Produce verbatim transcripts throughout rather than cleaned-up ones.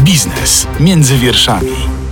Biznes między wierszami.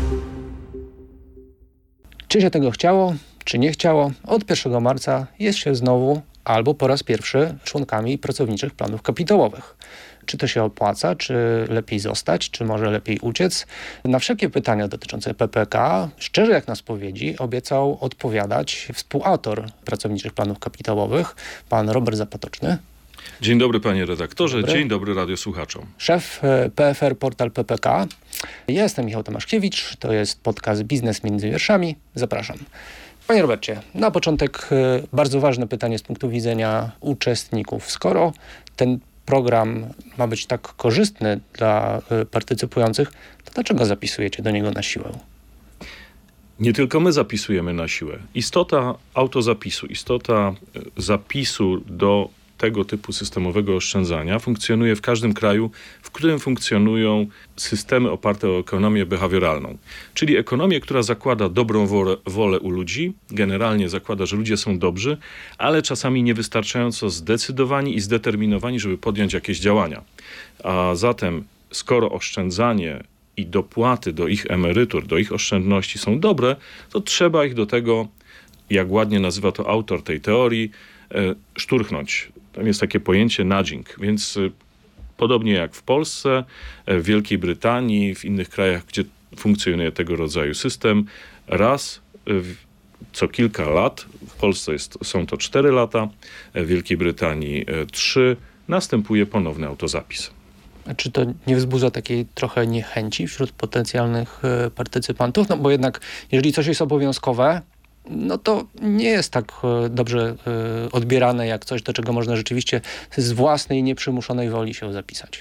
Czy się tego chciało, czy nie chciało, od pierwszego marca jest się znowu albo po raz pierwszy członkami pracowniczych planów kapitałowych. Czy to się opłaca, czy lepiej zostać, czy może lepiej uciec? Na wszelkie pytania dotyczące P P K, szczerze jak na spowiedzi, obiecał odpowiadać współautor pracowniczych planów kapitałowych, pan Robert Zapatoczny. Dzień dobry panie redaktorze, dobry. Dzień dobry radiosłuchaczom. Szef P F R Portal P P K. Ja jestem Michał Tomaszkiewicz, to jest podcast Biznes między wierszami. Zapraszam. Panie Robercie, na początek bardzo ważne pytanie z punktu widzenia uczestników. Skoro ten program ma być tak korzystny dla partycypujących, to dlaczego zapisujecie do niego na siłę? Nie tylko my zapisujemy na siłę. Istota autozapisu, istota zapisu do tego typu systemowego oszczędzania funkcjonuje w każdym kraju, w którym funkcjonują systemy oparte o ekonomię behawioralną. Czyli ekonomię, która zakłada dobrą wolę, wolę u ludzi, generalnie zakłada, że ludzie są dobrzy, ale czasami niewystarczająco zdecydowani i zdeterminowani, żeby podjąć jakieś działania. A zatem, skoro oszczędzanie i dopłaty do ich emerytur, do ich oszczędności są dobre, to trzeba ich do tego, jak ładnie nazywa to autor tej teorii, szturchnąć. Tam jest takie pojęcie nudging, więc podobnie jak w Polsce, w Wielkiej Brytanii, w innych krajach, gdzie funkcjonuje tego rodzaju system, raz co kilka lat, w Polsce jest, są to cztery lata, w Wielkiej Brytanii trzy, następuje ponowny autozapis. A czy to nie wzbudza takiej trochę niechęci wśród potencjalnych partycypantów? No bo jednak, jeżeli coś jest obowiązkowe, no to nie jest tak dobrze odbierane jak coś, do czego można rzeczywiście z własnej, nieprzymuszonej woli się zapisać.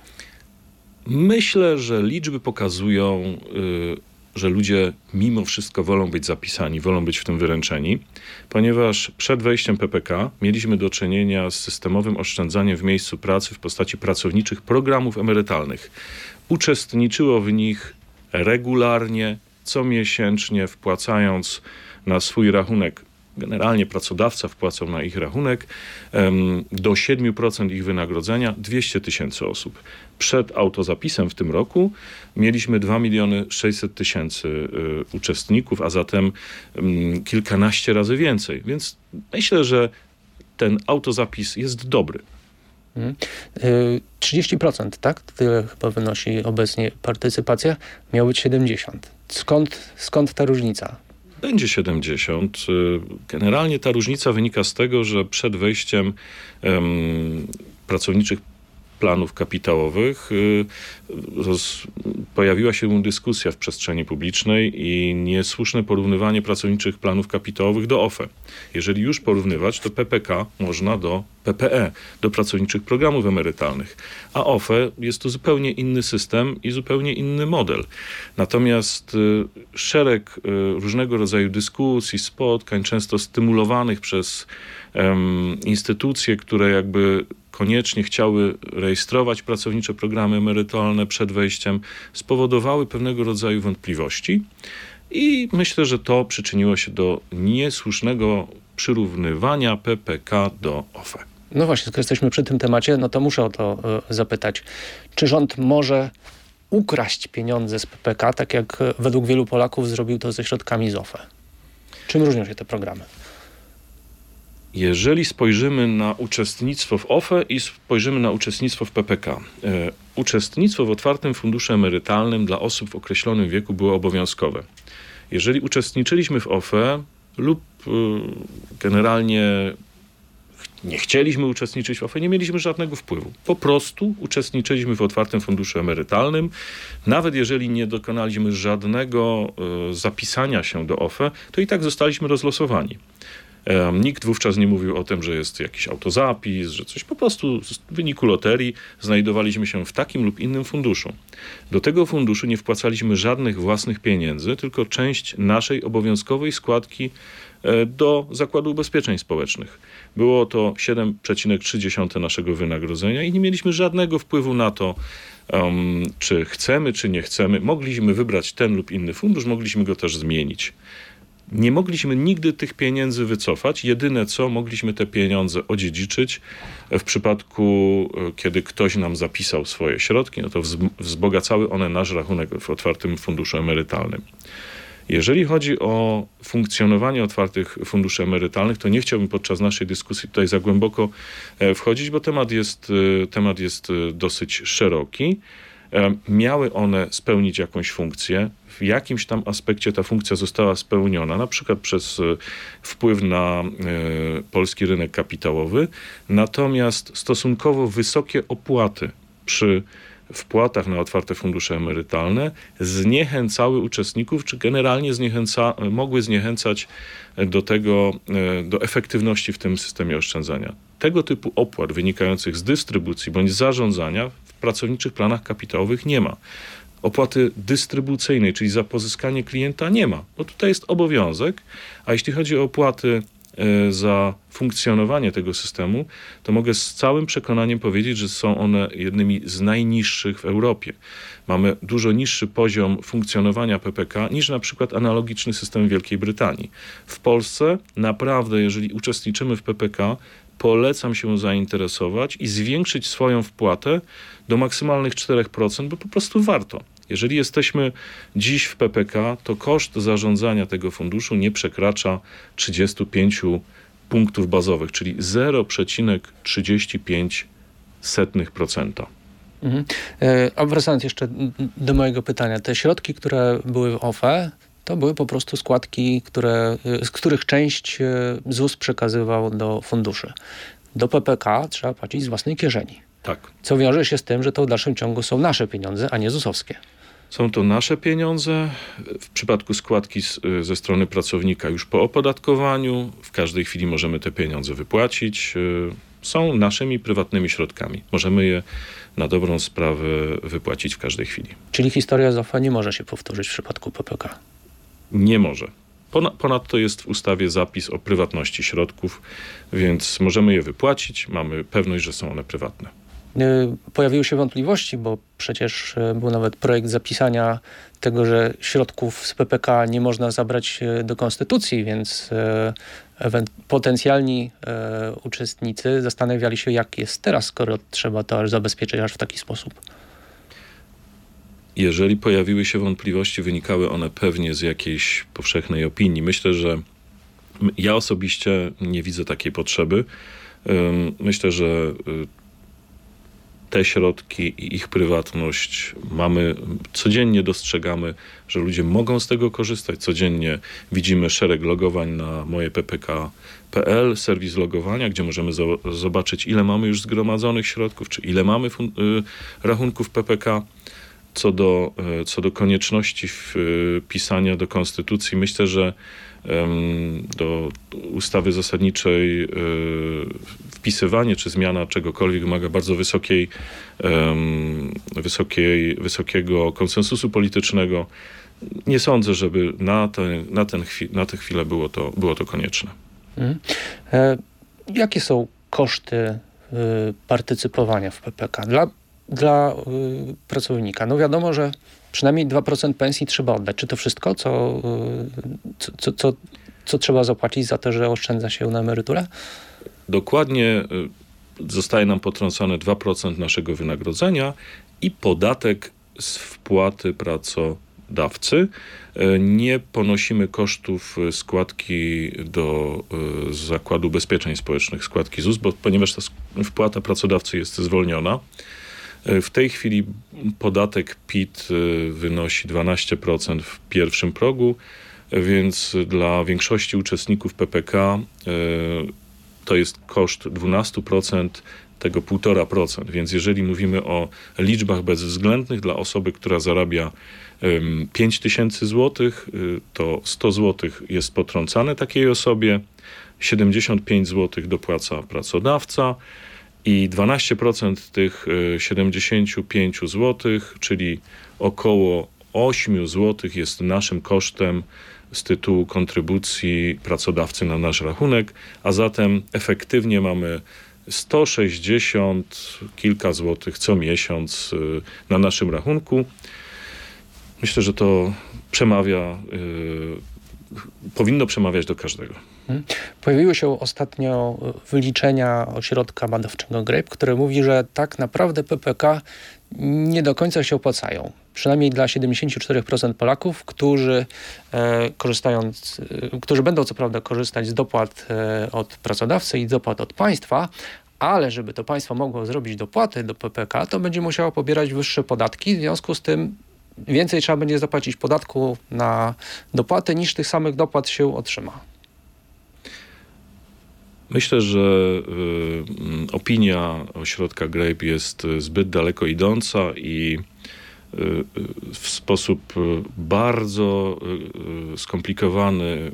Myślę, że liczby pokazują, że ludzie mimo wszystko wolą być zapisani, wolą być w tym wyręczeni, ponieważ przed wejściem P P K mieliśmy do czynienia z systemowym oszczędzaniem w miejscu pracy w postaci pracowniczych programów emerytalnych. Uczestniczyło w nich regularnie, comiesięcznie, wpłacając na swój rachunek, generalnie pracodawca wpłacał na ich rachunek, do siedem procent ich wynagrodzenia dwieście tysięcy osób. Przed autozapisem w tym roku mieliśmy dwa miliony sześćset tysięcy uczestników, a zatem kilkanaście razy więcej. Więc myślę, że ten autozapis jest dobry. Hmm. trzydzieści procent, tak? Tyle chyba wynosi obecnie partycypacja. Miało być siedemdziesiąt. Skąd, skąd ta różnica? Będzie siedemdziesiąt. Generalnie ta różnica wynika z tego, że przed wejściem um, pracowniczych planów kapitałowych y, roz, pojawiła się dyskusja w przestrzeni publicznej i niesłuszne porównywanie pracowniczych planów kapitałowych do O F E. Jeżeli już porównywać, to P P K można do P P E, do pracowniczych programów emerytalnych. A O F E jest to zupełnie inny system i zupełnie inny model. Natomiast y, szereg y, różnego rodzaju dyskusji, spotkań, często stymulowanych przez um, instytucje, które jakby koniecznie chciały rejestrować pracownicze programy emerytalne przed wejściem, spowodowały pewnego rodzaju wątpliwości i myślę, że to przyczyniło się do niesłusznego przyrównywania P P K do O F E. No właśnie, skoro jesteśmy przy tym temacie, no to muszę o to y, zapytać. Czy rząd może ukraść pieniądze z P P K, tak jak według wielu Polaków zrobił to ze środkami z O F E? Czym różnią się te programy? Jeżeli spojrzymy na uczestnictwo w O F E i spojrzymy na uczestnictwo w P P K. E, uczestnictwo w otwartym funduszu emerytalnym dla osób w określonym wieku było obowiązkowe. Jeżeli uczestniczyliśmy w O F E lub y, generalnie nie chcieliśmy uczestniczyć w O F E, nie mieliśmy żadnego wpływu. Po prostu uczestniczyliśmy w otwartym funduszu emerytalnym. Nawet jeżeli nie dokonaliśmy żadnego y, zapisania się do O F E, to i tak zostaliśmy rozlosowani. Nikt wówczas nie mówił o tym, że jest jakiś autozapis, że coś po prostu w wyniku loterii znajdowaliśmy się w takim lub innym funduszu. Do tego funduszu nie wpłacaliśmy żadnych własnych pieniędzy, tylko część naszej obowiązkowej składki do Zakładu Ubezpieczeń Społecznych. Było to siedem przecinek trzy naszego wynagrodzenia i nie mieliśmy żadnego wpływu na to, um, czy chcemy, czy nie chcemy. Mogliśmy wybrać ten lub inny fundusz, mogliśmy go też zmienić. Nie mogliśmy nigdy tych pieniędzy wycofać. Jedyne co, mogliśmy te pieniądze odziedziczyć. W przypadku, kiedy ktoś nam zapisał swoje środki, no to wzbogacały one nasz rachunek w otwartym funduszu emerytalnym. Jeżeli chodzi o funkcjonowanie otwartych funduszy emerytalnych, to nie chciałbym podczas naszej dyskusji tutaj za głęboko wchodzić, bo temat jest, temat jest dosyć szeroki. Miały one spełnić jakąś funkcję. W jakimś tam aspekcie ta funkcja została spełniona, na przykład przez wpływ na polski rynek kapitałowy. Natomiast stosunkowo wysokie opłaty przy wpłatach na otwarte fundusze emerytalne zniechęcały uczestników, czy generalnie zniechęca, mogły zniechęcać do tego, do efektywności w tym systemie oszczędzania. Tego typu opłat wynikających z dystrybucji bądź zarządzania w pracowniczych planach kapitałowych nie ma. Opłaty dystrybucyjnej, czyli za pozyskanie klienta, nie ma, bo tutaj jest obowiązek, a jeśli chodzi o opłaty za funkcjonowanie tego systemu, to mogę z całym przekonaniem powiedzieć, że są one jednymi z najniższych w Europie. Mamy dużo niższy poziom funkcjonowania P P K niż na przykład analogiczny system w Wielkiej Brytanii. W Polsce naprawdę, jeżeli uczestniczymy w P P K, polecam się zainteresować i zwiększyć swoją wpłatę do maksymalnych czterech procent, bo po prostu warto. Jeżeli jesteśmy dziś w P P K, to koszt zarządzania tego funduszu nie przekracza trzydziestu pięciu punktów bazowych, czyli zero przecinek trzydzieści pięć procent. Mhm. A wracając jeszcze do mojego pytania, te środki, które były w O F E, to były po prostu składki, które, z których część Z U S przekazywał do funduszy. Do P P K trzeba płacić z własnej kieszeni. Tak. Co wiąże się z tym, że to w dalszym ciągu są nasze pieniądze, a nie zusowskie. Są to nasze pieniądze. W przypadku składki z, ze strony pracownika już po opodatkowaniu. W każdej chwili możemy te pieniądze wypłacić. Są naszymi prywatnymi środkami. Możemy je na dobrą sprawę wypłacić w każdej chwili. Czyli historia z O F E nie może się powtórzyć w przypadku P P K? Nie może. Ponadto jest w ustawie zapis o prywatności środków, więc możemy je wypłacić. Mamy pewność, że są one prywatne. Pojawiły się wątpliwości, bo przecież był nawet projekt zapisania tego, że środków z P P K nie można zabrać do konstytucji, więc potencjalni uczestnicy zastanawiali się, jak jest teraz, skoro trzeba to aż zabezpieczyć aż w taki sposób. Jeżeli pojawiły się wątpliwości, wynikały one pewnie z jakiejś powszechnej opinii. Myślę, że ja osobiście nie widzę takiej potrzeby. Myślę, że te środki i ich prywatność mamy, codziennie dostrzegamy, że ludzie mogą z tego korzystać. Codziennie widzimy szereg logowań na moje p p k kropka p l, serwis logowania, gdzie możemy zo- zobaczyć, ile mamy już zgromadzonych środków, czy ile mamy fun- y, rachunków P P K. Co do, co do konieczności wpisania do konstytucji, myślę, że do ustawy zasadniczej wpisywanie czy zmiana czegokolwiek wymaga bardzo wysokiej, wysokiej, wysokiego konsensusu politycznego. Nie sądzę, żeby na, te, na, ten chwi- na tę chwilę było to, było to konieczne. Mhm. E, jakie są koszty y, partycypowania w P P K dla Dla y, pracownika? No wiadomo, że przynajmniej dwa procent pensji trzeba oddać. Czy to wszystko, co, y, co, co, co, co trzeba zapłacić za to, że oszczędza się na emeryturę? Dokładnie y, zostaje nam potrącone dwa procent naszego wynagrodzenia i podatek z wpłaty pracodawcy. Y, nie ponosimy kosztów składki do y, Zakładu Ubezpieczeń Społecznych, składki Z U S, bo ponieważ ta wpłata pracodawcy jest zwolniona. W tej chwili podatek P I T wynosi dwanaście procent w pierwszym progu, więc dla większości uczestników P P K to jest koszt dwanaście procent, tego półtora procent. Więc jeżeli mówimy o liczbach bezwzględnych dla osoby, która zarabia pięć tysięcy złotych, to sto złotych jest potrącane takiej osobie, siedemdziesiąt pięć złotych dopłaca pracodawca, i dwanaście procent tych siedemdziesiąt pięć złotych, czyli około osiem złotych jest naszym kosztem z tytułu kontrybucji pracodawcy na nasz rachunek, a zatem efektywnie mamy sto sześćdziesiąt kilka złotych co miesiąc na naszym rachunku. Myślę, że to przemawia powinno przemawiać do każdego. Pojawiły się ostatnio wyliczenia ośrodka badawczego Grape, które mówi, że tak naprawdę P P K nie do końca się opłacają. Przynajmniej dla siedemdziesiąt cztery procent Polaków, którzy e, korzystając, e, którzy będą co prawda korzystać z dopłat e, od pracodawcy i dopłat od państwa, ale żeby to państwo mogło zrobić dopłaty do P P K, to będzie musiało pobierać wyższe podatki, w związku z tym więcej trzeba będzie zapłacić podatku na dopłaty, niż tych samych dopłat się otrzyma. Myślę, że y, opinia ośrodka Grape jest zbyt daleko idąca i y, y, w sposób bardzo y, skomplikowany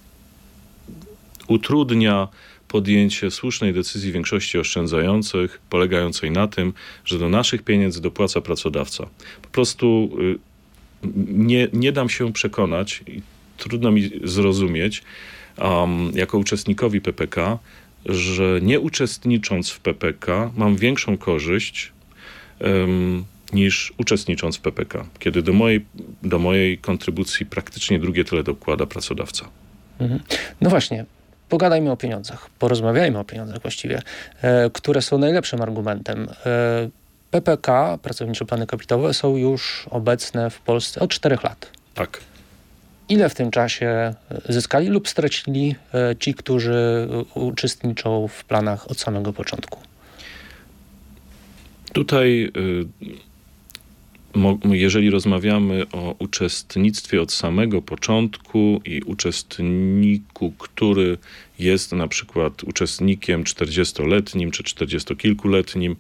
utrudnia podjęcie słusznej decyzji większości oszczędzających, polegającej na tym, że do naszych pieniędzy dopłaca pracodawca. Po prostu y, nie, nie dam się przekonać i trudno mi zrozumieć, Um, jako uczestnikowi P P K, że nie uczestnicząc w P P K mam większą korzyść um, niż uczestnicząc w P P K, kiedy do mojej, do mojej kontrybucji praktycznie drugie tyle dokłada pracodawca. Mhm. No właśnie, pogadajmy o pieniądzach, porozmawiajmy o pieniądzach właściwie, e, które są najlepszym argumentem. E, P P K, pracownicze plany kapitałowe, są już obecne w Polsce od czterech lat. Tak. Ile w tym czasie zyskali lub stracili ci, którzy uczestniczą w planach od samego początku? Tutaj, jeżeli rozmawiamy o uczestnictwie od samego początku i uczestniku, który jest na przykład uczestnikiem czterdziestoletnim czy czterdziestokilkuletnim,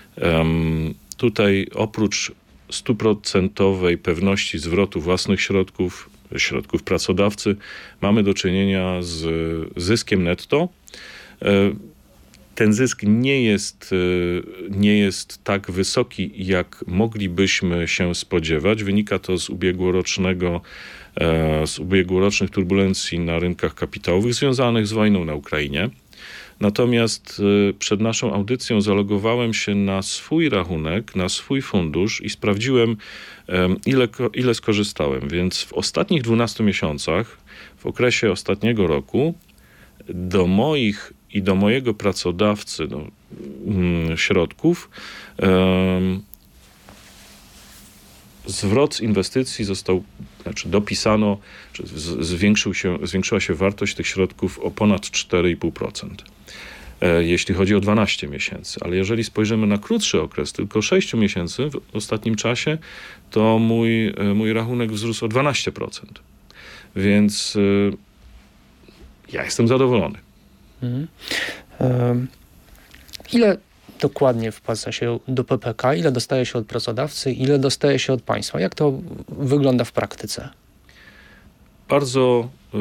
tutaj oprócz stuprocentowej pewności zwrotu własnych środków, środków pracodawcy, mamy do czynienia z zyskiem netto. Ten zysk nie jest, nie jest tak wysoki, jak moglibyśmy się spodziewać. Wynika to z ubiegłorocznego, z ubiegłorocznych turbulencji na rynkach kapitałowych związanych z wojną na Ukrainie. Natomiast przed naszą audycją zalogowałem się na swój rachunek, na swój fundusz i sprawdziłem, ile, ile skorzystałem. Więc w ostatnich dwunastu miesiącach, w okresie ostatniego roku, do moich i do mojego pracodawcy no, środków um, zwrot z inwestycji został, znaczy dopisano, czy zwiększył się, zwiększyła się wartość tych środków o ponad cztery i pół procent. Jeśli chodzi o dwanaście miesięcy. Ale jeżeli spojrzymy na krótszy okres, tylko sześć miesięcy w ostatnim czasie, to mój, mój rachunek wzrósł o dwanaście procent. Więc y, ja jestem zadowolony. Mhm. Um, ile dokładnie wpłaca się do P P K? Ile dostaje się od pracodawcy? Ile dostaje się od państwa? Jak to wygląda w praktyce? Bardzo y,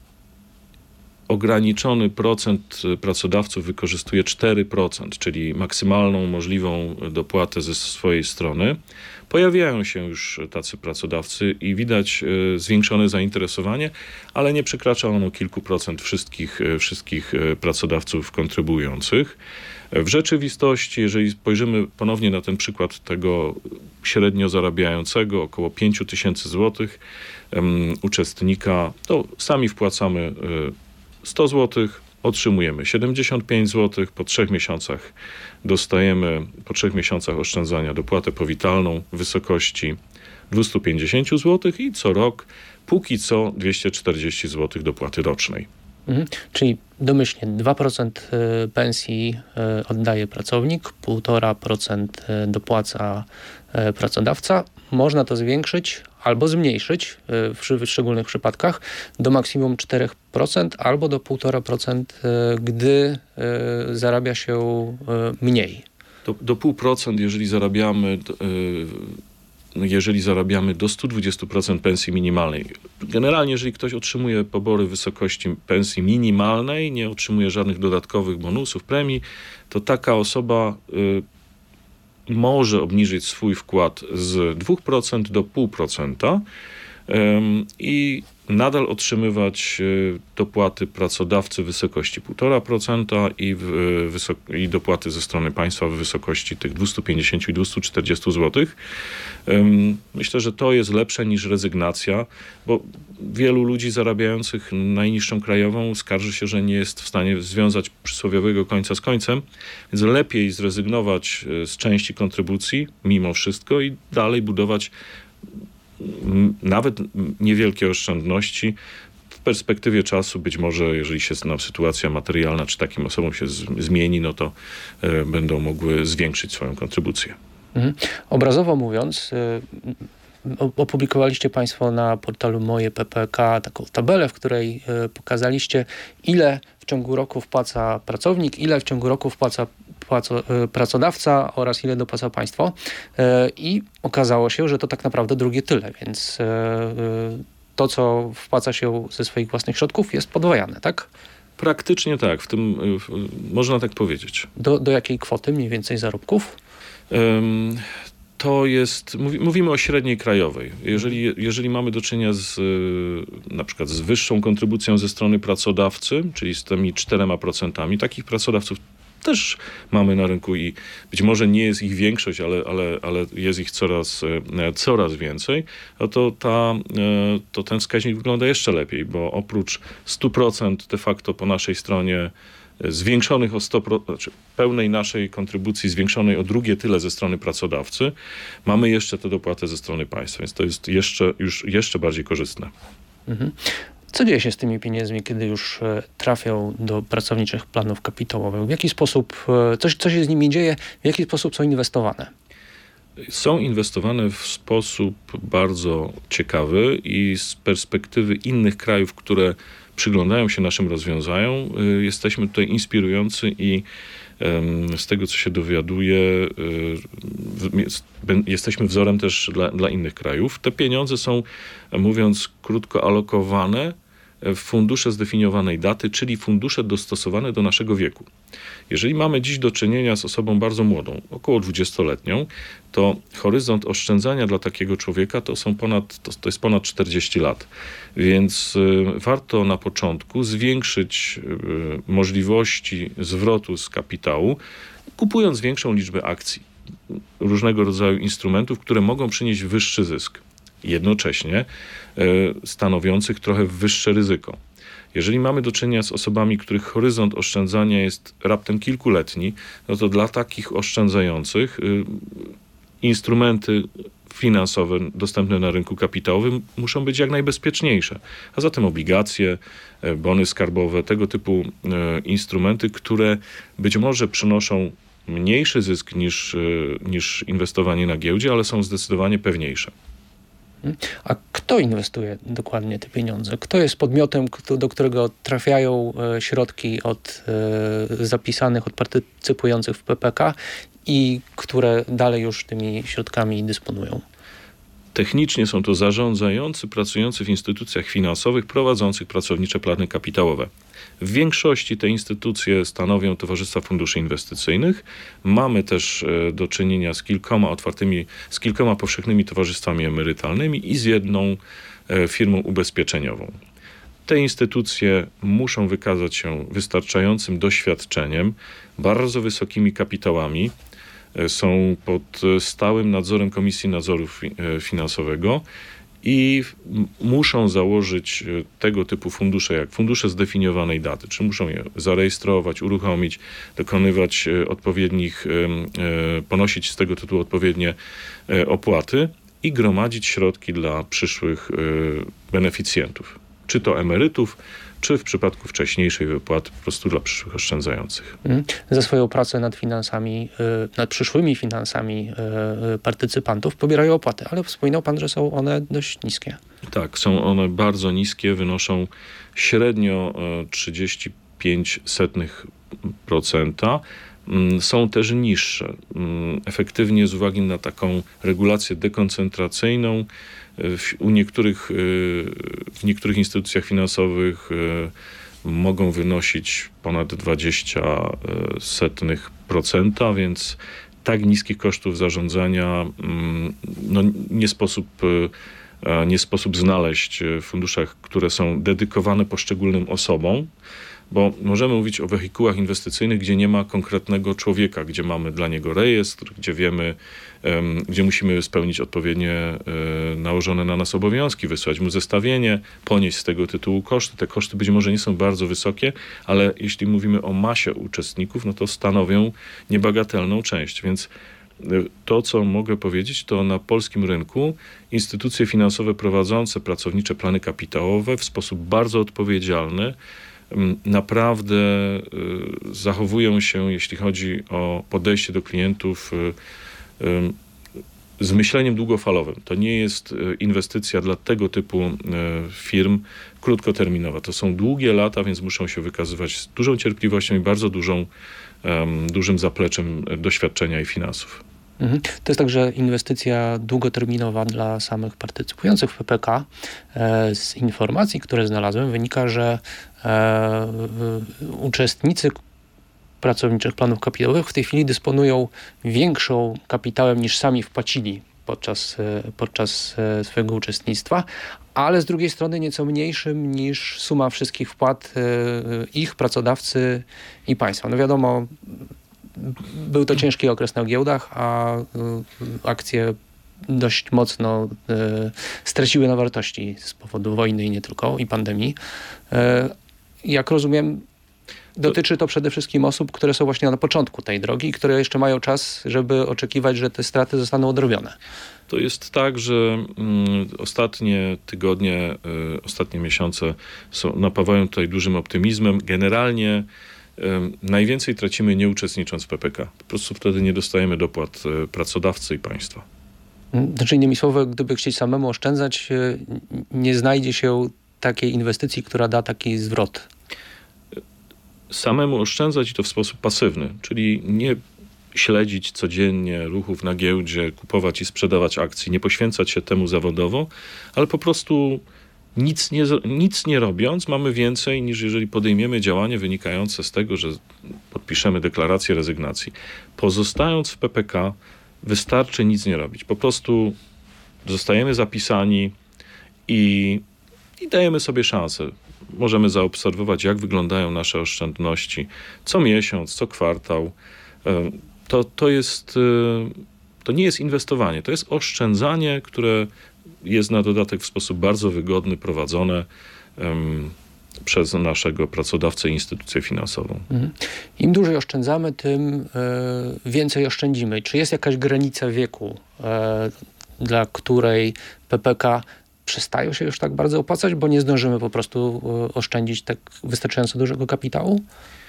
ograniczony procent pracodawców wykorzystuje cztery procent, czyli maksymalną możliwą dopłatę ze swojej strony. Pojawiają się już tacy pracodawcy i widać zwiększone zainteresowanie, ale nie przekracza ono kilku procent wszystkich, wszystkich pracodawców kontrybujących. W rzeczywistości, jeżeli spojrzymy ponownie na ten przykład tego średnio zarabiającego, około pięć tysięcy złotych um, uczestnika, to sami wpłacamy sto złotych, otrzymujemy siedemdziesiąt pięć złotych, po trzech miesiącach dostajemy, po trzech miesiącach oszczędzania dopłatę powitalną w wysokości dwieście pięćdziesiąt złotych i co rok póki co dwieście czterdzieści złotych dopłaty rocznej. Mhm. Czyli domyślnie dwa procent pensji oddaje pracownik, półtora procent dopłaca pracodawca. Można to zwiększyć albo zmniejszyć w szczególnych przypadkach do maksimum cztery procent albo do półtora procent, gdy zarabia się mniej. Do, do pół procent, jeżeli zarabiamy jeżeli zarabiamy do sto dwadzieścia procent pensji minimalnej. Generalnie, jeżeli ktoś otrzymuje pobory w wysokości pensji minimalnej, nie otrzymuje żadnych dodatkowych bonusów, premii, to taka osoba y, może obniżyć swój wkład z dwa procent do zero przecinek pięć procent. Ym, I nadal otrzymywać dopłaty pracodawcy w wysokości półtora procenta i, w, wysok- i dopłaty ze strony państwa w wysokości tych dwieście pięćdziesiąt i dwieście czterdzieści złotych. Myślę, że to jest lepsze niż rezygnacja, bo wielu ludzi zarabiających najniższą krajową skarży się, że nie jest w stanie związać przysłowiowego końca z końcem, więc lepiej zrezygnować z części kontrybucji mimo wszystko i dalej budować nawet niewielkie oszczędności. W perspektywie czasu być może, jeżeli się nam sytuacja materialna czy takim osobom się z, zmieni, no to y, będą mogły zwiększyć swoją kontrybucję. Mhm. Obrazowo mówiąc, y, opublikowaliście Państwo na portalu Moje P P K taką tabelę, w której y, pokazaliście, ile w ciągu roku wpłaca pracownik, ile w ciągu roku wpłaca pracodawca oraz ile dopłaca państwo i okazało się, że to tak naprawdę drugie tyle, więc to, co wpłaca się ze swoich własnych środków jest podwajane, tak? Praktycznie tak, w tym można tak powiedzieć. Do, do jakiej kwoty mniej więcej zarobków? Um, to jest, mówi, mówimy o średniej krajowej. Jeżeli, jeżeli mamy do czynienia z na przykład z wyższą kontrybucją ze strony pracodawcy, czyli z tymi czterema procentami, takich pracodawców też mamy na rynku i być może nie jest ich większość, ale, ale, ale jest ich coraz, coraz więcej, no to, ta, to ten wskaźnik wygląda jeszcze lepiej, bo oprócz stu procent de facto po naszej stronie zwiększonych o sto procent, znaczy pełnej naszej kontrybucji zwiększonej o drugie tyle ze strony pracodawcy, mamy jeszcze tę dopłatę ze strony państwa, więc to jest jeszcze, już jeszcze bardziej korzystne. Mhm. Co dzieje się z tymi pieniędzmi, kiedy już trafią do pracowniczych planów kapitałowych? W jaki sposób, coś, co się z nimi dzieje, w jaki sposób są inwestowane? Są inwestowane w sposób bardzo ciekawy i z perspektywy innych krajów, które przyglądają się naszym rozwiązaniom, jesteśmy tutaj inspirujący i z tego, co się dowiaduję, jesteśmy wzorem też dla, dla innych krajów. Te pieniądze są, mówiąc krótko, alokowane w fundusze zdefiniowanej daty, czyli fundusze dostosowane do naszego wieku. Jeżeli mamy dziś do czynienia z osobą bardzo młodą, około dwudziestoletnią, to horyzont oszczędzania dla takiego człowieka to są ponad, to, to jest ponad czterdzieści lat. Więc y, warto na początku zwiększyć y, możliwości zwrotu z kapitału, kupując większą liczbę akcji, różnego rodzaju instrumentów, które mogą przynieść wyższy zysk, jednocześnie y, stanowiących trochę wyższe ryzyko. Jeżeli mamy do czynienia z osobami, których horyzont oszczędzania jest raptem kilkuletni, no to dla takich oszczędzających y, instrumenty finansowe dostępne na rynku kapitałowym muszą być jak najbezpieczniejsze. A zatem obligacje, bony skarbowe, tego typu y, instrumenty, które być może przynoszą mniejszy zysk niż, y, niż inwestowanie na giełdzie, ale są zdecydowanie pewniejsze. A kto inwestuje dokładnie te pieniądze? Kto jest podmiotem, do którego trafiają środki od zapisanych, od partycypujących w P P K i które dalej już tymi środkami dysponują? Technicznie są to zarządzający pracujący w instytucjach finansowych prowadzących pracownicze plany kapitałowe. W większości te instytucje stanowią towarzystwa funduszy inwestycyjnych. Mamy też do czynienia z kilkoma otwartymi, z kilkoma powszechnymi towarzystwami emerytalnymi i z jedną firmą ubezpieczeniową. Te instytucje muszą wykazać się wystarczającym doświadczeniem, bardzo wysokimi kapitałami, są pod stałym nadzorem Komisji Nadzoru Finansowego i muszą założyć tego typu fundusze, jak fundusze zdefiniowanej daty, czy muszą je zarejestrować, uruchomić, dokonywać odpowiednich, ponosić z tego tytułu odpowiednie opłaty i gromadzić środki dla przyszłych beneficjentów, czy to emerytów, czy w przypadku wcześniejszej wypłaty po prostu dla przyszłych oszczędzających. Za swoją pracę nad finansami, nad przyszłymi finansami partycypantów pobierają opłaty, ale wspominał pan, że są one dość niskie. Tak, są one bardzo niskie, wynoszą średnio trzydzieści pięć procent procenta. Są też niższe. Efektywnie z uwagi na taką regulację dekoncentracyjną w, u niektórych, w niektórych instytucjach finansowych mogą wynosić ponad dwadzieścia procent, więc tak niskich kosztów zarządzania no, nie sposób nie sposób znaleźć w funduszach, które są dedykowane poszczególnym osobom, bo możemy mówić o wehikułach inwestycyjnych, gdzie nie ma konkretnego człowieka, gdzie mamy dla niego rejestr, gdzie wiemy, um, gdzie musimy spełnić odpowiednie um, nałożone na nas obowiązki, wysłać mu zestawienie, ponieść z tego tytułu koszty. Te koszty być może nie są bardzo wysokie, ale jeśli mówimy o masie uczestników, no to stanowią niebagatelną część, więc to, co mogę powiedzieć, to na polskim rynku instytucje finansowe prowadzące pracownicze plany kapitałowe w sposób bardzo odpowiedzialny naprawdę zachowują się, jeśli chodzi o podejście do klientów, z myśleniem długofalowym. To nie jest inwestycja dla tego typu firm krótkoterminowa. To są długie lata, więc muszą się wykazywać z dużą cierpliwością i bardzo dużą, dużym zapleczem doświadczenia i finansów. Mhm. To jest także inwestycja długoterminowa dla samych partycypujących w P P K. E, z informacji, które znalazłem, wynika, że e, uczestnicy pracowniczych planów kapitałowych w tej chwili dysponują większą kapitałem niż sami wpłacili podczas, podczas swojego uczestnictwa, ale z drugiej strony nieco mniejszym niż suma wszystkich wpłat e, ich, pracodawcy i państwa. No wiadomo, był to ciężki okres na giełdach, a y, akcje dość mocno y, straciły na wartości z powodu wojny i nie tylko, i pandemii. Y, jak rozumiem, dotyczy to przede wszystkim osób, które są właśnie na początku tej drogi i które jeszcze mają czas, żeby oczekiwać, że te straty zostaną odrobione. To jest tak, że mm, ostatnie tygodnie, y, ostatnie miesiące są, napawają tutaj dużym optymizmem. Generalnie najwięcej tracimy nie uczestnicząc w P P K. Po prostu wtedy nie dostajemy dopłat pracodawcy i państwa. Znaczy innymi słowy, gdyby chcieć samemu oszczędzać, nie znajdzie się takiej inwestycji, która da taki zwrot. Samemu oszczędzać i to w sposób pasywny, czyli nie śledzić codziennie ruchów na giełdzie, kupować i sprzedawać akcji, nie poświęcać się temu zawodowo, ale po prostu Nic nie, nic nie robiąc, mamy więcej niż jeżeli podejmiemy działanie wynikające z tego, że podpiszemy deklarację rezygnacji. Pozostając w P P K, wystarczy nic nie robić. Po prostu zostajemy zapisani i, i dajemy sobie szansę. Możemy zaobserwować, jak wyglądają nasze oszczędności co miesiąc, co kwartał. To, to, jest, to nie jest inwestowanie, to jest oszczędzanie, które jest na dodatek w sposób bardzo wygodny prowadzone um, przez naszego pracodawcę i instytucję finansową. Mhm. Im dłużej oszczędzamy, tym y, więcej oszczędzimy. Czy jest jakaś granica wieku, y, dla której P P K przestają się już tak bardzo opłacać, bo nie zdążymy po prostu y, oszczędzić tak wystarczająco dużego kapitału?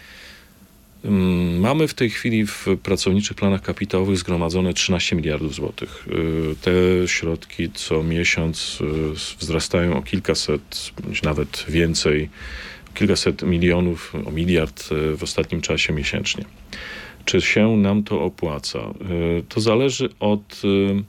Mamy w tej chwili w pracowniczych planach kapitałowych zgromadzone trzynaście miliardów złotych. Te środki co miesiąc wzrastają o kilkaset, bądź nawet więcej, kilkaset milionów, o miliard w ostatnim czasie miesięcznie. Czy się nam to opłaca? To zależy od,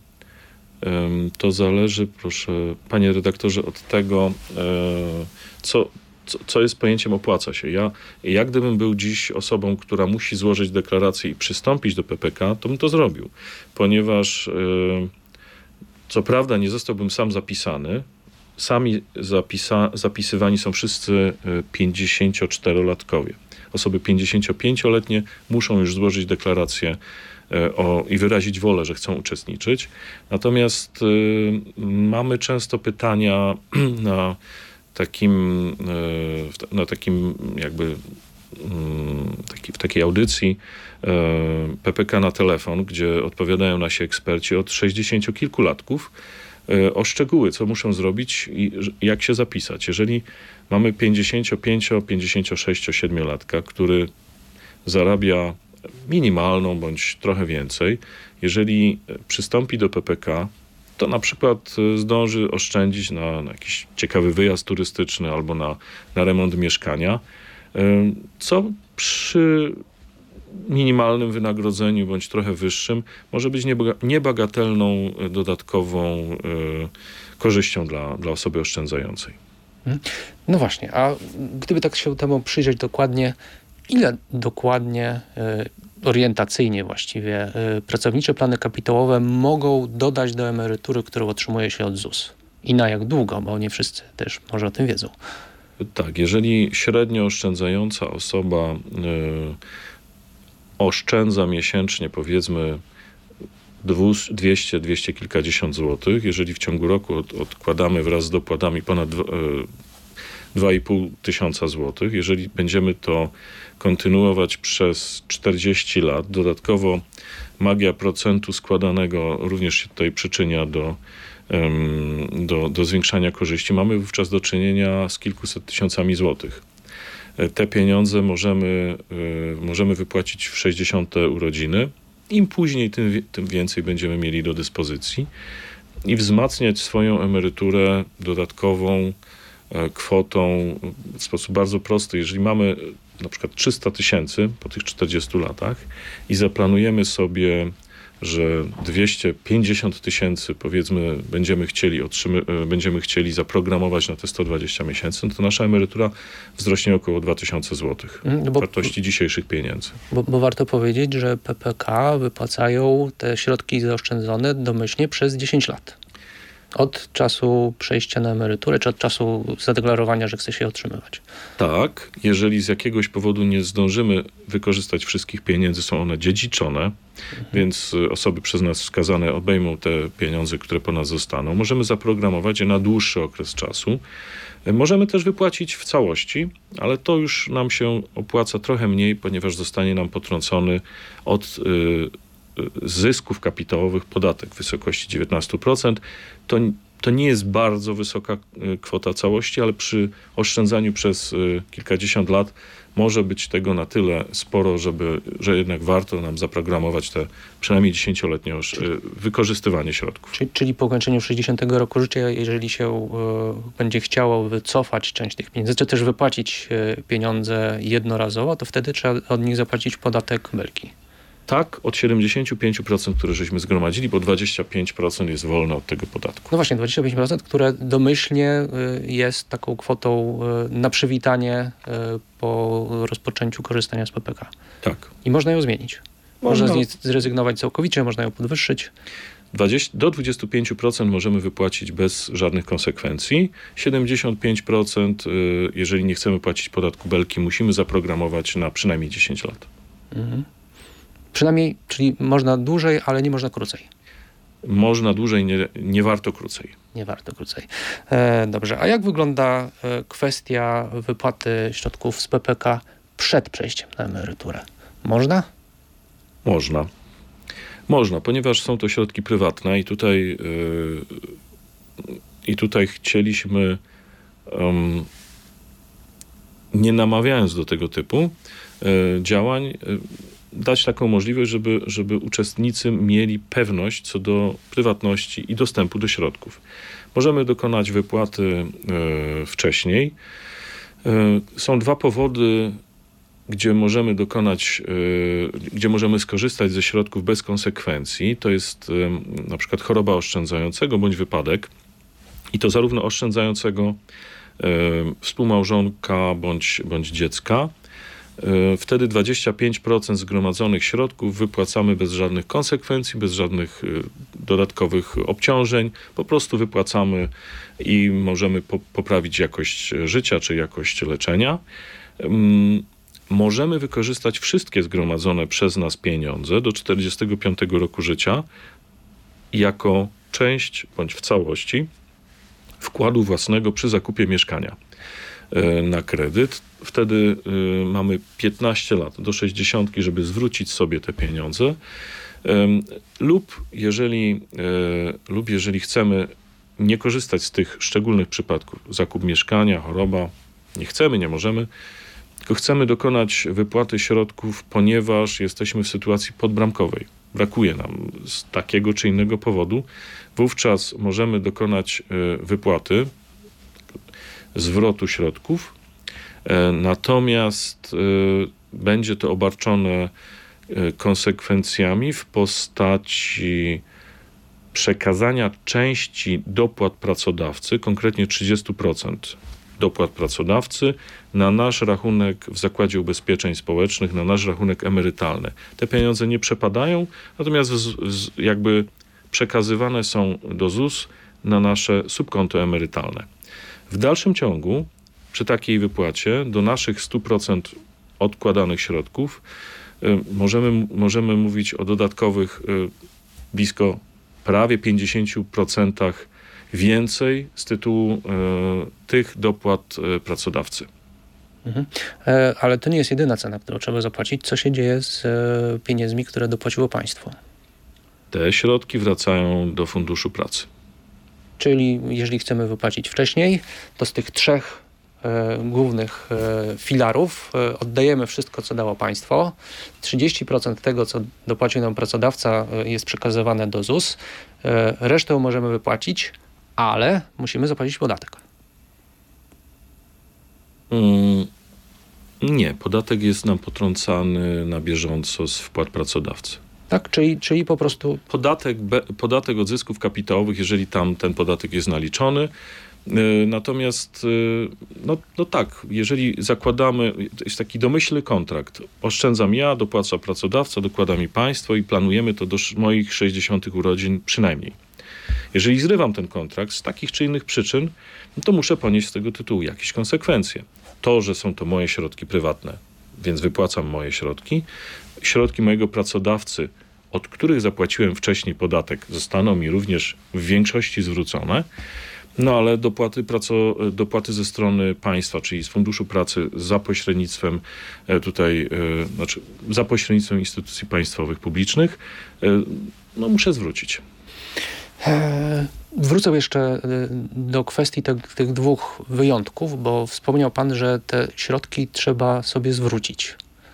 to zależy, proszę, panie redaktorze, od tego, co Co, co jest pojęciem opłaca się. Ja, ja gdybym był dziś osobą, która musi złożyć deklarację i przystąpić do P P K, to bym to zrobił, ponieważ yy, co prawda nie zostałbym sam zapisany, sami zapisa, zapisywani są wszyscy pięćdziesięcioczterolatkowie. Osoby pięćdziesięciopięcioletnie muszą już złożyć deklarację yy, o, i wyrazić wolę, że chcą uczestniczyć. Natomiast yy, mamy często pytania na takim, na takim jakby taki, w takiej audycji P P K na telefon, gdzie odpowiadają nasi eksperci od sześćdziesięciokilkulatków o szczegóły, co muszą zrobić i jak się zapisać. Jeżeli mamy pięćdziesięcio-pięcio-, pięćdziesięcio-sześcio-, siedmiolatka, który zarabia minimalną bądź trochę więcej, jeżeli przystąpi do P P K, to na przykład zdąży oszczędzić na, na jakiś ciekawy wyjazd turystyczny albo na, na remont mieszkania, co przy minimalnym wynagrodzeniu bądź trochę wyższym może być niebagatelną dodatkową korzyścią dla, dla osoby oszczędzającej. No właśnie, a gdyby tak się temu przyjrzeć dokładnie, ile dokładnie orientacyjnie właściwie pracownicze plany kapitałowe mogą dodać do emerytury, którą otrzymuje się od Z U S? I na jak długo, bo nie wszyscy też może o tym wiedzą. Tak, jeżeli średnio oszczędzająca osoba y, oszczędza miesięcznie powiedzmy dwieście, dwieście kilkadziesiąt złotych, jeżeli w ciągu roku od, odkładamy wraz z dopłatami ponad dwa i pół tysiąca złotych, jeżeli będziemy to kontynuować przez czterdzieści lat, dodatkowo magia procentu składanego również się tutaj przyczynia do, do, do zwiększania korzyści, mamy wówczas do czynienia z kilkuset tysiącami złotych. Te pieniądze możemy, możemy wypłacić w sześćdziesiąte urodziny. Im później, tym, tym więcej będziemy mieli do dyspozycji i wzmacniać swoją emeryturę dodatkową kwotą w sposób bardzo prosty. Jeżeli mamy na przykład trzysta tysięcy po tych czterdziestu latach i zaplanujemy sobie, że dwieście pięćdziesiąt tysięcy powiedzmy będziemy chcieli, otrzymy- będziemy chcieli zaprogramować na te sto dwadzieścia miesięcy, no to nasza emerytura wzrośnie około dwa tysiące złotych Mm, bo- wartości dzisiejszych pieniędzy. Bo, bo warto powiedzieć, że P P K wypłacają te środki zaoszczędzone domyślnie przez dziesięć lat. Od czasu przejścia na emeryturę, czy od czasu zadeklarowania, że chce się otrzymywać. Tak, jeżeli z jakiegoś powodu nie zdążymy wykorzystać wszystkich pieniędzy, są one dziedziczone, mhm. więc osoby przez nas wskazane obejmą te pieniądze, które po nas zostaną. Możemy zaprogramować je na dłuższy okres czasu. Możemy też wypłacić w całości, ale to już nam się opłaca trochę mniej, ponieważ zostanie nam potrącony od y, zysków kapitałowych podatek w wysokości dziewiętnaście procent. To, to nie jest bardzo wysoka kwota całości, ale przy oszczędzaniu przez kilkadziesiąt lat może być tego na tyle sporo, żeby, że jednak warto nam zaprogramować te przynajmniej dziesięcioletnie wykorzystywanie środków. Czyli, czyli po ukończeniu sześćdziesiątego roku życia, jeżeli się y, będzie chciało wycofać część tych pieniędzy, czy też wypłacić y, pieniądze jednorazowo, to wtedy trzeba od nich zapłacić podatek Belki. Tak, od siedemdziesiąt pięć procent, które żeśmy zgromadzili, bo dwadzieścia pięć procent jest wolne od tego podatku. No właśnie, dwadzieścia pięć procent, które domyślnie y, jest taką kwotą y, na przywitanie y, po rozpoczęciu korzystania z P P K. Tak. I można ją zmienić. Można z niej zrezygnować całkowicie, można ją podwyższyć. dwadzieścia do dwudziestu pięciu procent możemy wypłacić bez żadnych konsekwencji. siedemdziesiąt pięć procent, y, jeżeli nie chcemy płacić podatku Belki, musimy zaprogramować na przynajmniej dziesięć lat. Mhm. Przynajmniej, czyli można dłużej, ale nie można krócej. Można dłużej, nie, nie warto krócej. Nie warto krócej. E, dobrze, a jak wygląda e, kwestia wypłaty środków z P P K przed przejściem na emeryturę? Można? Można. Można, ponieważ są to środki prywatne i tutaj, yy, i tutaj chcieliśmy, um, nie namawiając do tego typu yy, działań, yy, dać taką możliwość, żeby, żeby uczestnicy mieli pewność co do prywatności i dostępu do środków. Możemy dokonać wypłaty y, wcześniej. Y, są dwa powody, gdzie możemy dokonać, y, gdzie możemy skorzystać ze środków bez konsekwencji. To jest y, na przykład choroba oszczędzającego bądź wypadek. I to zarówno oszczędzającego y, współmałżonka bądź, bądź dziecka. Wtedy dwadzieścia pięć procent zgromadzonych środków wypłacamy bez żadnych konsekwencji, bez żadnych dodatkowych obciążeń. Po prostu wypłacamy i możemy po- poprawić jakość życia czy jakość leczenia. Możemy wykorzystać wszystkie zgromadzone przez nas pieniądze do czterdziestego piątego roku życia jako część bądź w całości wkładu własnego przy zakupie mieszkania na kredyt. Wtedy y, mamy piętnaście lat do sześćdziesiątki, żeby zwrócić sobie te pieniądze. Y, lub, jeżeli, y, lub jeżeli chcemy nie korzystać z tych szczególnych przypadków, zakup mieszkania, choroba, nie chcemy, nie możemy, tylko chcemy dokonać wypłaty środków, ponieważ jesteśmy w sytuacji podbramkowej. Brakuje nam z takiego czy innego powodu. Wówczas możemy dokonać y, wypłaty, zwrotu środków, natomiast będzie to obarczone konsekwencjami w postaci przekazania części dopłat pracodawcy, konkretnie trzydzieści procent dopłat pracodawcy na nasz rachunek w Zakładzie Ubezpieczeń Społecznych, na nasz rachunek emerytalny. Te pieniądze nie przepadają, natomiast z, z, jakby przekazywane są do Z U S na nasze subkonto emerytalne. W dalszym ciągu przy takiej wypłacie do naszych stu procent odkładanych środków y, możemy, możemy mówić o dodatkowych y, blisko prawie pięćdziesięciu procentach więcej z tytułu y, tych dopłat y, pracodawcy. Mhm. E, ale to nie jest jedyna cena, którą trzeba zapłacić. Co się dzieje z e, pieniędzmi, które dopłaciło państwo? Te środki wracają do Funduszu Pracy. Czyli jeżeli chcemy wypłacić wcześniej, to z tych trzech e, głównych e, filarów e, oddajemy wszystko, co dało państwo. trzydzieści procent tego, co dopłacił nam pracodawca, e, jest przekazywane do Z U S. E, resztę możemy wypłacić, ale musimy zapłacić podatek. Mm, nie, podatek jest nam potrącany na bieżąco z wpłat pracodawcy. Tak? Czyli, czyli po prostu... Podatek, be, podatek od zysków kapitałowych, jeżeli tam ten podatek jest naliczony. Yy, natomiast, yy, no, no tak, jeżeli zakładamy, to jest taki domyślny kontrakt, oszczędzam ja, dopłaca pracodawca, dokłada mi państwo i planujemy to do moich sześćdziesiątych urodzin przynajmniej. Jeżeli zrywam ten kontrakt z takich czy innych przyczyn, no to muszę ponieść z tego tytułu jakieś konsekwencje. To, że są to moje środki prywatne, więc wypłacam moje środki. Środki mojego pracodawcy, od których zapłaciłem wcześniej podatek, zostaną mi również w większości zwrócone. No ale dopłaty, praco, dopłaty ze strony państwa, czyli z Funduszu Pracy za pośrednictwem tutaj, znaczy za pośrednictwem instytucji państwowych, publicznych, no muszę zwrócić. E, wrócę jeszcze do kwestii te, tych dwóch wyjątków, bo wspomniał pan, że te środki trzeba sobie zwrócić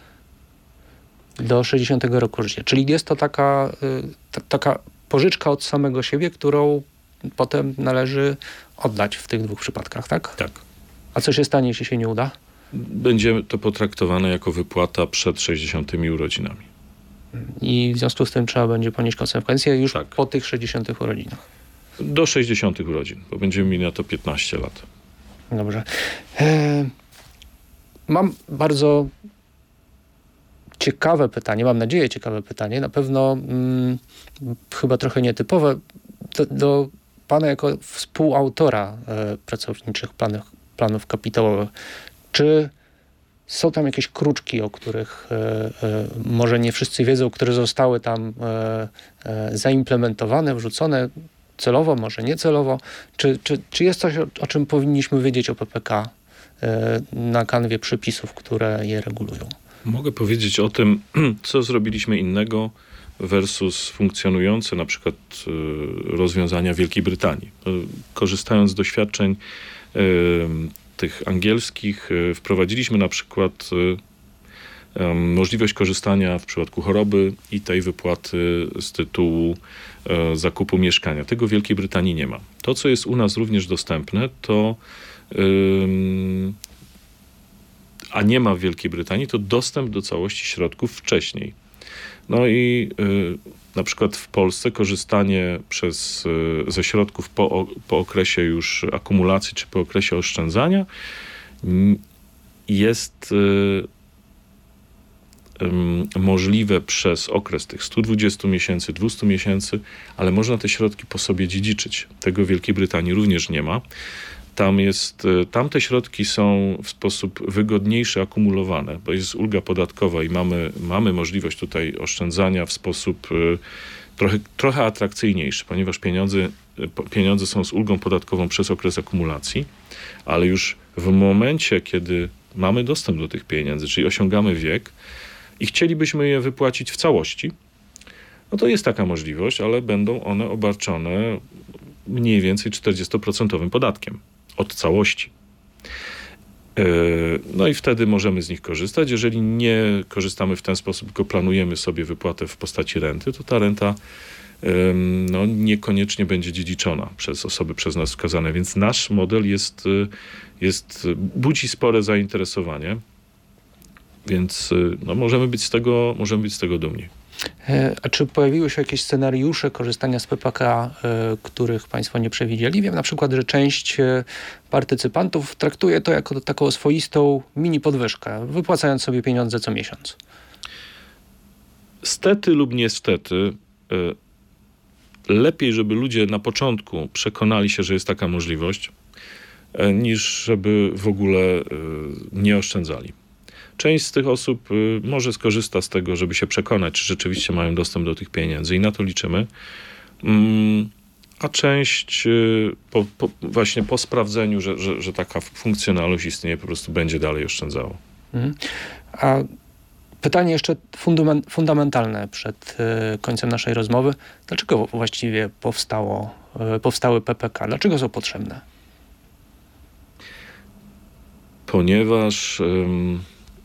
do sześćdziesiątego roku życia. Czyli jest to taka, ta, taka pożyczka od samego siebie, którą potem należy oddać w tych dwóch przypadkach, tak? Tak. A co się stanie, jeśli się nie uda? Będzie to potraktowane jako wypłata przed sześćdziesiątymi urodzinami. I w związku z tym trzeba będzie ponieść konsekwencje już tak. po tych sześćdziesiątych urodzinach. Do sześćdziesiątych urodzin, bo będziemy mieli na to piętnaście lat. Dobrze. E, mam bardzo ciekawe pytanie, mam nadzieję ciekawe pytanie, na pewno mm, chyba trochę nietypowe, do, do pana jako współautora e, pracowniczych planów, planów kapitałowych. Czy są tam jakieś kruczki, o których e, e, może nie wszyscy wiedzą, które zostały tam e, e, zaimplementowane, wrzucone celowo, może niecelowo? Czy, czy, czy jest coś, o, o czym powinniśmy wiedzieć o P P K e, na kanwie przepisów, które je regulują? Mogę powiedzieć o tym, co zrobiliśmy innego versus funkcjonujące na przykład y, rozwiązania Wielkiej Brytanii. Y, korzystając z doświadczeń y, tych angielskich, y, wprowadziliśmy na przykład y, y, możliwość korzystania w przypadku choroby i tej wypłaty z tytułu y, zakupu mieszkania. Tego w Wielkiej Brytanii nie ma. To, co jest u nas również dostępne, to y, a nie ma w Wielkiej Brytanii, to dostęp do całości środków wcześniej. No i y, na przykład w Polsce korzystanie przez, y, ze środków po, po okresie już akumulacji czy po okresie oszczędzania y, jest y, y, możliwe przez okres tych stu dwudziestu miesięcy, dwustu miesięcy, ale można te środki po sobie dziedziczyć. Tego w Wielkiej Brytanii również nie ma. Tam jest, tam te środki są w sposób wygodniejszy akumulowane, bo jest ulga podatkowa i mamy, mamy możliwość tutaj oszczędzania w sposób y, trochę, trochę atrakcyjniejszy, ponieważ pieniądze, y, pieniądze są z ulgą podatkową przez okres akumulacji, ale już w momencie, kiedy mamy dostęp do tych pieniędzy, czyli osiągamy wiek i chcielibyśmy je wypłacić w całości, no to jest taka możliwość, ale będą one obarczone mniej więcej czterdziestoprocentowym podatkiem od całości. No i wtedy możemy z nich korzystać. Jeżeli nie korzystamy w ten sposób, tylko planujemy sobie wypłatę w postaci renty, to ta renta no, niekoniecznie będzie dziedziczona przez osoby przez nas wskazane. Więc nasz model jest, jest budzi spore zainteresowanie, więc no, możemy być z tego, możemy być z tego dumni. A czy pojawiły się jakieś scenariusze korzystania z P P K, y, których państwo nie przewidzieli? Wiem na przykład, że część y, partycypantów traktuje to jako taką swoistą mini podwyżkę, wypłacając sobie pieniądze co miesiąc. Stety lub niestety, y, lepiej, żeby ludzie na początku przekonali się, że jest taka możliwość, niż żeby w ogóle nie oszczędzali. Część z tych osób może skorzysta z tego, żeby się przekonać, czy rzeczywiście mają dostęp do tych pieniędzy i na to liczymy. A część po, po, właśnie po sprawdzeniu, że, że, że taka funkcjonalność istnieje, po prostu będzie dalej oszczędzało. Mhm. A pytanie jeszcze fundament, fundamentalne przed y, końcem naszej rozmowy. Dlaczego właściwie powstało, y, powstały P P K? Dlaczego są potrzebne? Ponieważ, ym,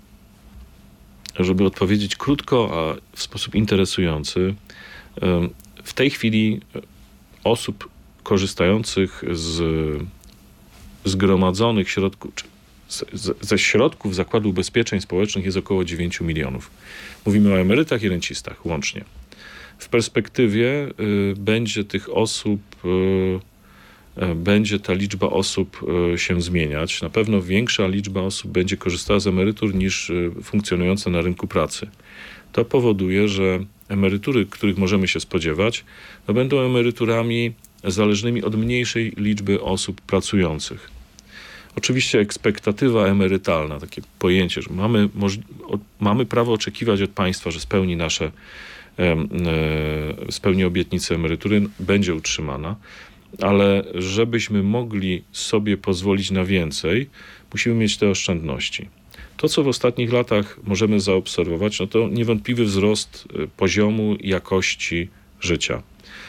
żeby odpowiedzieć krótko, a w sposób interesujący, ym, w tej chwili osób korzystających z zgromadzonych środków, czy z, ze środków Zakładu Ubezpieczeń Społecznych jest około dziewięć milionów. Mówimy o emerytach i rencistach łącznie. W perspektywie y, będzie tych osób, y, y, będzie ta liczba osób y, się zmieniać. Na pewno większa liczba osób będzie korzystała z emerytur niż y, funkcjonujące na rynku pracy. To powoduje, że emerytury, których możemy się spodziewać, no będą emeryturami zależnymi od mniejszej liczby osób pracujących. Oczywiście ekspektatywa emerytalna, takie pojęcie, że mamy, moż- o, mamy prawo oczekiwać od państwa, że spełni nasze, e, e, spełni obietnice emerytury, będzie utrzymana, ale żebyśmy mogli sobie pozwolić na więcej, musimy mieć te oszczędności. To, co w ostatnich latach możemy zaobserwować, no to niewątpliwy wzrost poziomu i jakości życia.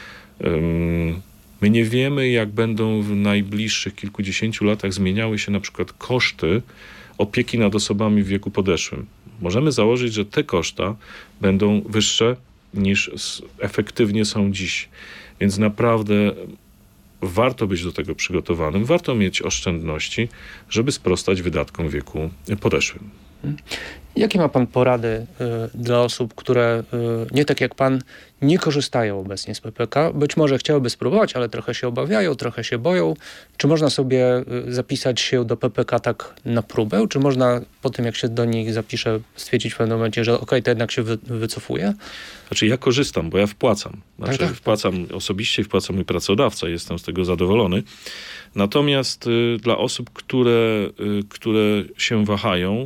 My nie wiemy, jak będą w najbliższych kilkudziesięciu latach zmieniały się na przykład koszty opieki nad osobami w wieku podeszłym. Możemy założyć, że te koszta będą wyższe niż efektywnie są dziś. Więc naprawdę warto być do tego przygotowanym, warto mieć oszczędności, żeby sprostać wydatkom w wieku podeszłym. Jakie ma pan porady y, dla osób, które y, nie tak jak pan nie korzystają obecnie z P P K? Być może chciałyby spróbować, ale trochę się obawiają, trochę się boją. Czy można sobie y, zapisać się do P P K tak na próbę? Czy można po tym, jak się do nich zapisze, stwierdzić w pewnym momencie, że okej, okay, to jednak się wy, wycofuje? Znaczy ja korzystam, bo ja wpłacam. Znaczy tak, tak. wpłacam osobiście, wpłaca mój pracodawca, jestem z tego zadowolony. Natomiast y, dla osób, które, y, które się wahają,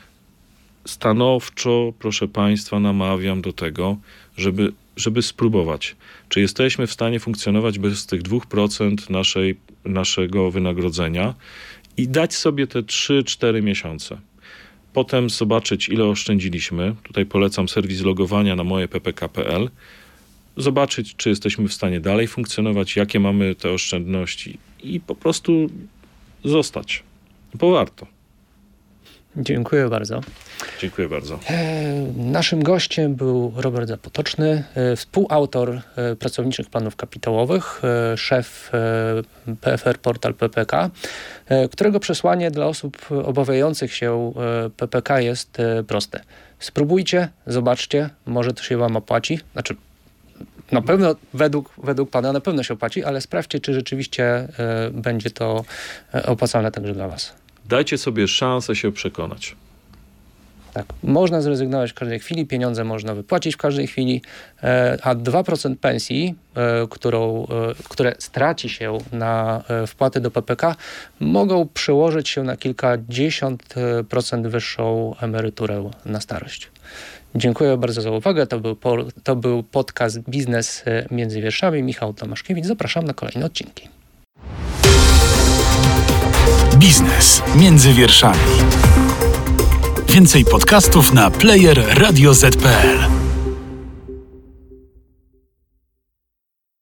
stanowczo, proszę państwa, namawiam do tego, żeby, żeby spróbować. Czy jesteśmy w stanie funkcjonować bez tych dwóch procent naszej, naszego wynagrodzenia i dać sobie te trzy cztery miesiące. Potem zobaczyć, ile oszczędziliśmy. Tutaj polecam serwis logowania na moje p p k kropka p l. Zobaczyć, czy jesteśmy w stanie dalej funkcjonować, jakie mamy te oszczędności i po prostu zostać. Bo warto. Dziękuję bardzo. Dziękuję bardzo. E, naszym gościem był Robert Zapotoczny, e, współautor e, pracowniczych planów kapitałowych, e, szef e, P F R Portal P P K, e, którego przesłanie dla osób obawiających się e, P P K jest e, proste. Spróbujcie, zobaczcie, może to się wam opłaci. Znaczy, na pewno według, według pana na pewno się opłaci, ale sprawdźcie, czy rzeczywiście e, będzie to e, opłacalne także dla was. Dajcie sobie szansę się przekonać. Tak, można zrezygnować w każdej chwili, pieniądze można wypłacić w każdej chwili, a dwa procent pensji, którą, które straci się na wpłaty do P P K, mogą przełożyć się na kilkadziesiąt procent wyższą emeryturę na starość. Dziękuję bardzo za uwagę. To był, po, to był podcast Biznes między wierszami. Michał Tomaszkiewicz. Zapraszam na kolejne odcinki. Biznes między wierszami. Więcej podcastów na player radio zet kropka p l.